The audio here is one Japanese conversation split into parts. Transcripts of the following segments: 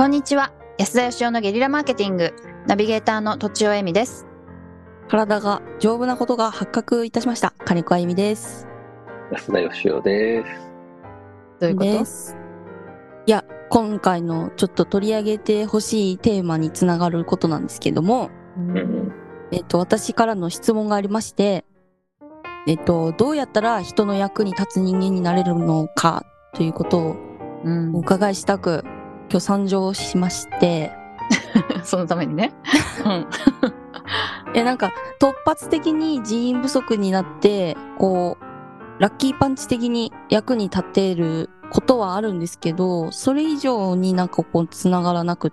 こんにちは。安田義雄のゲリラマーケティングナビゲーターのとちおえみです。 体が丈夫なことが発覚いたしました。金子あゆみです。 安田義雄です。 どういうこと？ いや、今回のちょっと取り上げてほしいテーマにつながることなんですけども、私からの質問がありまして、どうやったら人の役に立つ人間になれるのかということをお伺いしたく、今日参上しまして、 そのためにね。 なんか突発的に人員不足になってこうラッキーパンチ的に役に立てることはあるんですけど、それ以上になんかこうつながらなくって、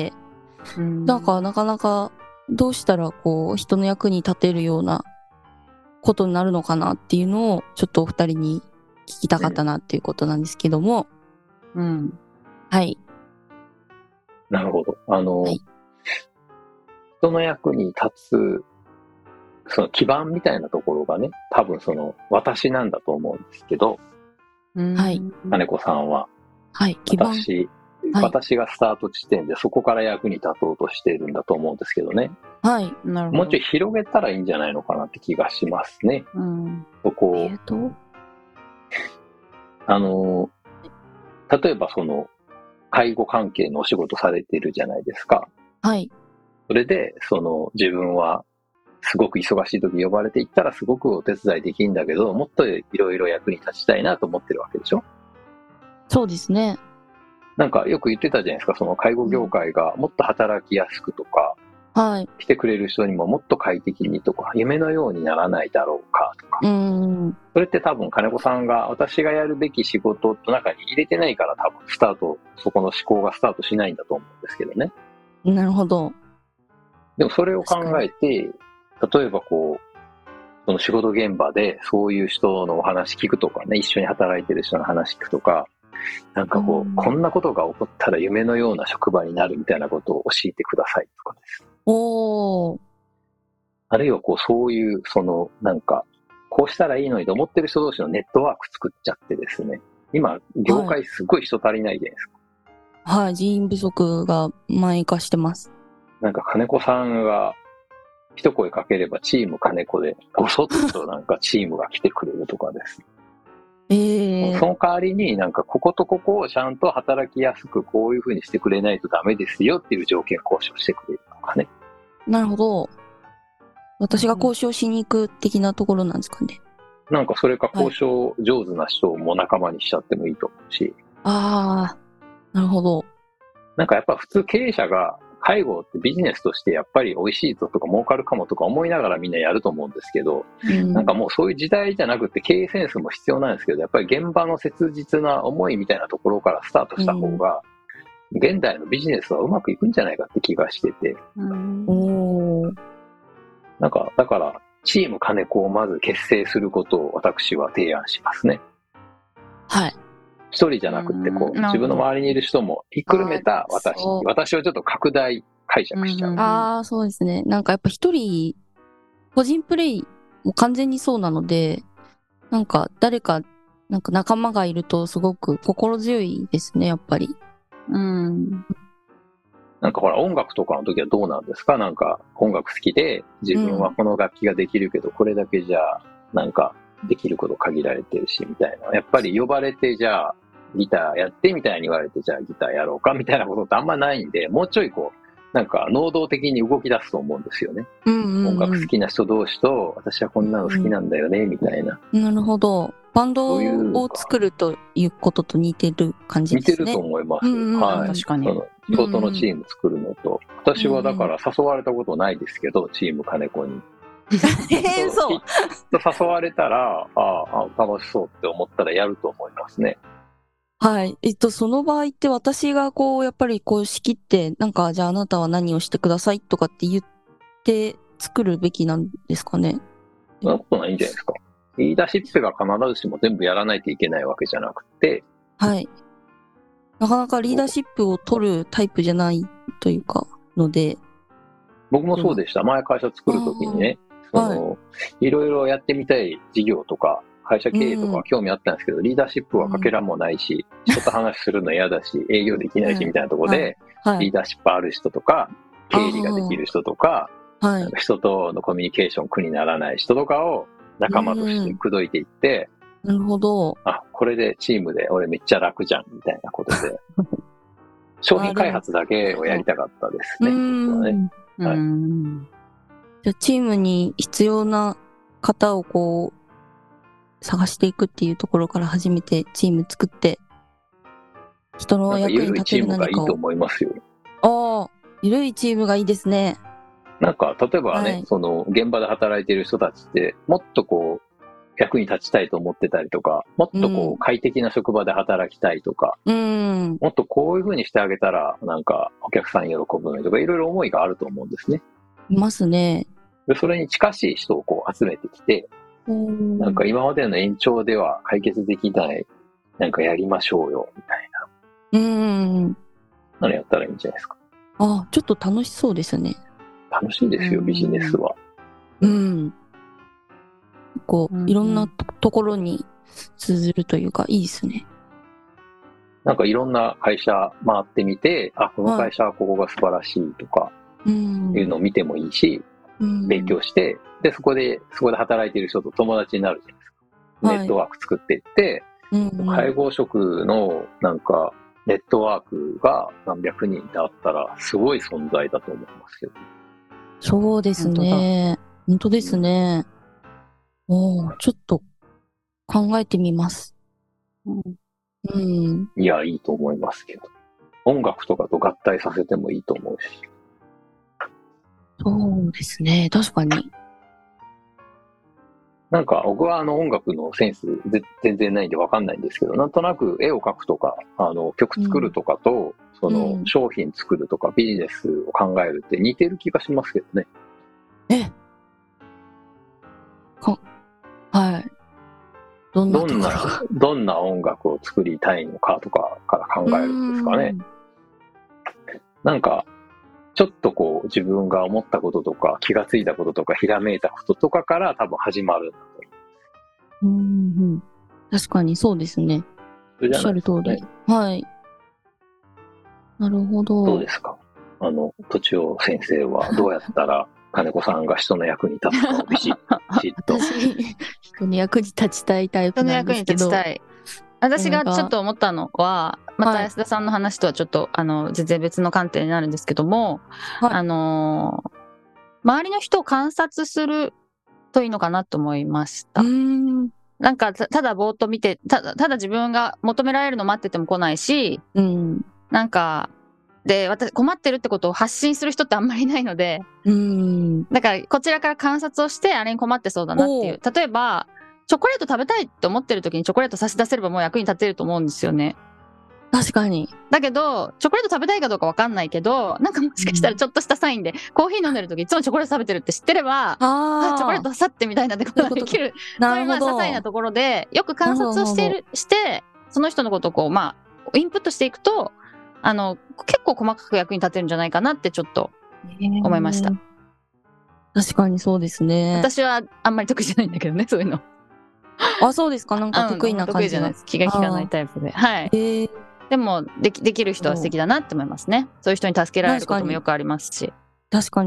なんかなかなかどうしたらこう人の役に立てるようなことになるのかなっていうのをちょっとお二人に聞きたかったなっていうことなんですけども、はい。 なるほど。 はい、 人の役に立つその基盤みたいなところがね、多分その私なんだと思うんですけど、 はい。 金子さんは、 はい、基盤。 私がスタート地点でそこから役に立とうとしているんだと思うんですけどね。 はい。なるほど。 もうちょい広げたらいいんじゃないのかなって気がしますね。そこを。例えばその介護関係のお仕事されているじゃないですか。 はい。 それでその自分はすごく忙しい時呼ばれていったらすごくお手伝いできるんだけど、もっといろいろ役に立ちたいなと思ってるわけでしょ。 そうですね。 なんかよく言ってたじゃないですか、その介護業界がもっと働きやすくとか、 はい、 来てくれる人にももっと快適にとか、夢のようにならないだろうかとか、それって多分金子さんが私がやるべき仕事の中に入れてないから多分そこの思考がスタートしないんだと思うんですけどね。 なるほど。 でもそれを考えて、例えばこう、その仕事現場でそういう人のお話聞くとかね、一緒に働いてる人の話聞くとか、なんかこう、こんなことが起こったら夢のような職場になるみたいなことを教えてくださいとかです。あるいはこう、そういう、その、なんか、こうしたらいいのにと思ってる人同士のネットワーク作っちゃってですね、今、業界すごい人足りないじゃないですか。 はい、人員不足が慢化してます。なんか金子さんが一声かければチーム金子でごそっとなんかチームが来てくれるとかです。その代わりになんかこことここをちゃんと働きやすくこういう風にしてくれないとダメですよっていう条件交渉してくれるとかね。 なるほど。私が交渉しに行く的なところなんですかね。 なんかそれか交渉上手な人も仲間にしちゃってもいいと思うし。 なるほど。 なんかやっぱ普通経営者が介護ってビジネスとしてやっぱり美味しいぞとか儲かるかもとか思いながらみんなやると思うんですけど、なんかもうそういう時代じゃなくて経営センスも必要なんですけど、やっぱり現場の切実な思いみたいなところからスタートした方が、現代のビジネスはうまくいくんじゃないかって気がしてて、なんかだからチーム金子をまず結成することを私は提案しますね。 はい。 一人じゃなくてこう自分の周りにいる人もひっくるめた私をちょっと拡大解釈しちゃう。 そうですね。なんかやっぱ一人個人プレイも完全にそうなので、なんか誰かなんか仲間がいるとすごく心強いですね、やっぱり。 なんかほら音楽とかの時はどうなんですか？なんか音楽好きで自分はこの楽器ができるけど、これだけじゃなんかできること限られてるしみたいな。やっぱり呼ばれてじゃあギターやってみたいに言われてじゃあギターやろうかみたいなことってあんまないんで、もうちょいこうなんか能動的に動き出すと思うんですよね。音楽好きな人同士と私はこんなの好きなんだよねみたいな。 なるほど。バンドを作るということと似てる感じですね。 似てると思います。はい。 確かに。 仕事のチーム作るのと、私はだから誘われたことないですけど、チーム金子に。 そう。 誘われたら、楽しそうって思ったらやると思いますね。 はい。その場合って私がこう、やっぱりこう仕切って、なんか、じゃああなたは何をしてくださいとかって言って作るべきなんですかね。 そんなことないんじゃないですか。リーダーシップが必ずしも全部やらないといけないわけじゃなくて。 はい。なかなかリーダーシップを取るタイプじゃないというか、ので。 僕もそうでした。前会社作るときにね、いろいろやってみたい事業とか、 会社経営とか興味あったんですけど、リーダーシップはかけらもないし、人と話するの嫌だし、営業できないしみたいなところで、リーダーシップある人とか、経理ができる人とか、なんか人とのコミュニケーション苦にならない人とかを仲間として口説いていって、 なるほど。 これでチームで俺めっちゃ楽じゃんみたいなことで、商品開発だけをやりたかったですね。 じゃあチームに必要な方をこう探していくっていうところから始めてチーム作って人の役に立てる何かを。 緩いチームがいいと思いますよ。 緩いチームがいいですね。 なんか例えばね、その現場で働いている人たちってもっとこう役に立ちたいと思ってたりとか、もっとこう快適な職場で働きたいとか、もっとこういう風にしてあげたらなんかお客さん喜ぶのとかいろいろ思いがあると思うんですね。 いますね。 でそれに近しい人をこう集めてきて、なんか今までの延長では解決できないなんかやりましょうよみたいな。何やったらいいんじゃないですか。 ちょっと楽しそうですね。 楽しいですよ、ビジネスは。 こう、いろんなところに通ずるというか、いいですね。 なんかいろんな会社回ってみて、この会社はここが素晴らしいとか、いうのを見てもいいし、勉強して、で、そこで働いている人と友達になるじゃないですか。ネットワーク作っていって、介護職のなんかネットワークが何百人であったら、すごい存在だと思いますけど。 そうですね。本当ですね。ちょっと考えてみます。 いや、いいと思いますけど。音楽とかと合体させてもいいと思うし。 そうですね。確かに。 なんか僕は音楽のセンス全然ないんでわかんないんですけど、なんとなく絵を描くとか、曲作るとかと、その商品作るとかビジネスを考えるって似てる気がしますけどね。 はい。どんな音楽を作りたいのかとかから考えるんですかね。なんか、ちょっとこう自分が思ったこととか気がついたこととかひらめいたこととかから多分始まるんだと思う。確かにそうですね。おっしゃる通り。はい。なるほど。 どうですか？とちお先生はどうやったら金子さんが人の役に立つかをビシッと。 私、人の役に立ちたいタイプなんですけど。 人の役に立ちたい。私がちょっと思ったのは、また安田さんの話とはちょっと、全然別の観点になるんですけども、周りの人を観察するといいのかなと思いました。なんか、ただぼーっと見て、ただ自分が求められるの待ってても来ないし、なんか、で、私困ってるってことを発信する人ってあんまりいないので、だからこちらから観察をしてあれに困ってそうだなっていう。例えば、チョコレート食べたいって思ってる時にチョコレート差し出せればもう役に立てると思うんですよね。 確かに。 だけど、チョコレート食べたいかどうかわかんないけど、なんかもしかしたらちょっとしたサインで、コーヒー飲んでる時いつもチョコレート食べてるって知ってれば、チョコレートさってみたいなってことができる。そういう些細なところで、よく観察をして、その人のことをこう、インプットしていくと、結構細かく役に立てるんじゃないかなってちょっと思いました。 確かにそうですね。 私はあんまり得意じゃないんだけどね、そういうの。 そうですか。なんか得意な感じ。 得意じゃないです。気が利かないタイプで。はい。でもできる人は素敵だなって思いますね。そういう人に助けられることもよくありますし。 確かに。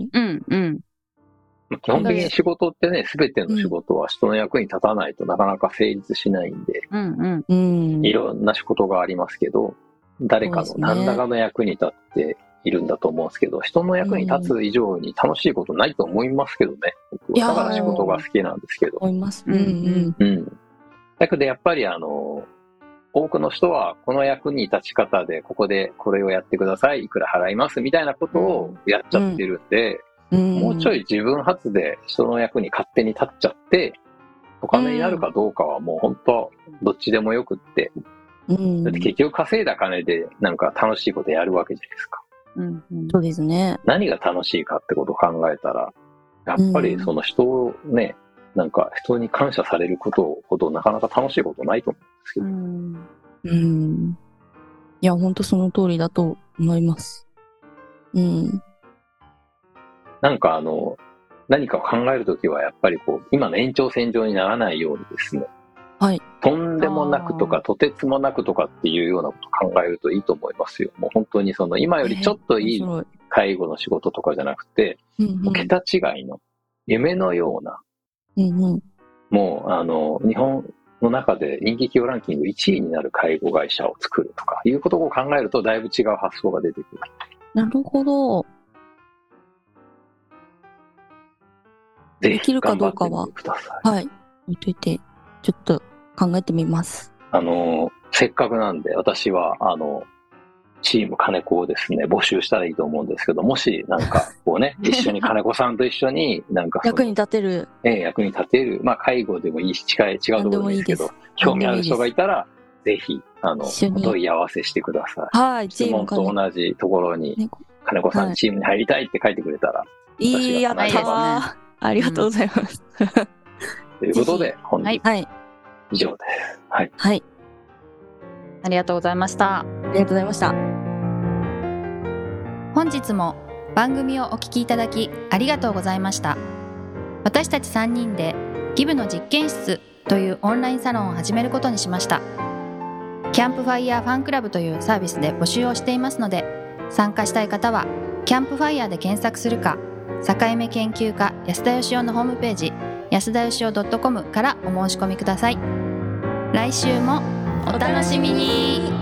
基本的に仕事ってね、すべての仕事は人の役に立たないとなかなか成立しないんで、いろんな仕事がありますけど、誰かの何らかの役に立っているんだと思うんですけど、人の役に立つ以上に楽しいことないと思いますけどね。僕はだから仕事が好きなんですけど。 思います。 だけどやっぱり多くの人はこの役に立ち方でここでこれをやってください、いくら払いますみたいなことをやっちゃってるんで、もうちょい自分発で人の役に勝手に立っちゃって、お金になるかどうかはもう本当どっちでもよくって、だって結局稼いだ金でなんか楽しいことやるわけじゃないですか。 そうですね。 何が楽しいかってことを考えたら、やっぱりその人をね、なんか人に感謝されることほどなかなか楽しいことないと思うんですけど。 いや、本当その通りだと思います。 なんか何かを考えるときはやっぱりこう今の延長線上にならないようにですね、 はい。 とんでもなくとかとてつもなくとかっていうようなことを考えるといいと思いますよ。もう本当にその今よりちょっといい面白い。 介護の仕事とかじゃなくて、もう桁違いの夢のような、もう日本の中で人気企業ランキング1位になる介護会社を作るとかいうことを考えるとだいぶ違う発想が出てくる。 なるほど。できるかどうかは、はい、置いといて、ちょっと考えてみます。 せっかくなんで、私は、チーム金子をですね、募集したらいいと思うんですけど、もし、なんか、こうね、一緒に金子さんと一緒に、なんか役に立てる。 役に立てる。まあ、介護でもいいし、違うところでもいいですけど、興味ある人がいたら、ぜひ、お問い合わせしてください。 はい、 質問と同じところに、金子さんチームに入りたいって書いてくれたら、 やったー。ありがとうございます。 ということで、本日、以上です。はい。 はい。 ありがとうございました。 ありがとうございました。 本日も番組をお聞きいただきありがとうございました。私たち3人でギブの実験室というオンラインサロンを始めることにしました。キャンプファイヤーファンクラブというサービスで募集をしていますので、参加したい方はキャンプファイヤーで検索するか、境目研究家安田義雄のホームページ安田義雄 .com からお申し込みください。来週もお楽しみに。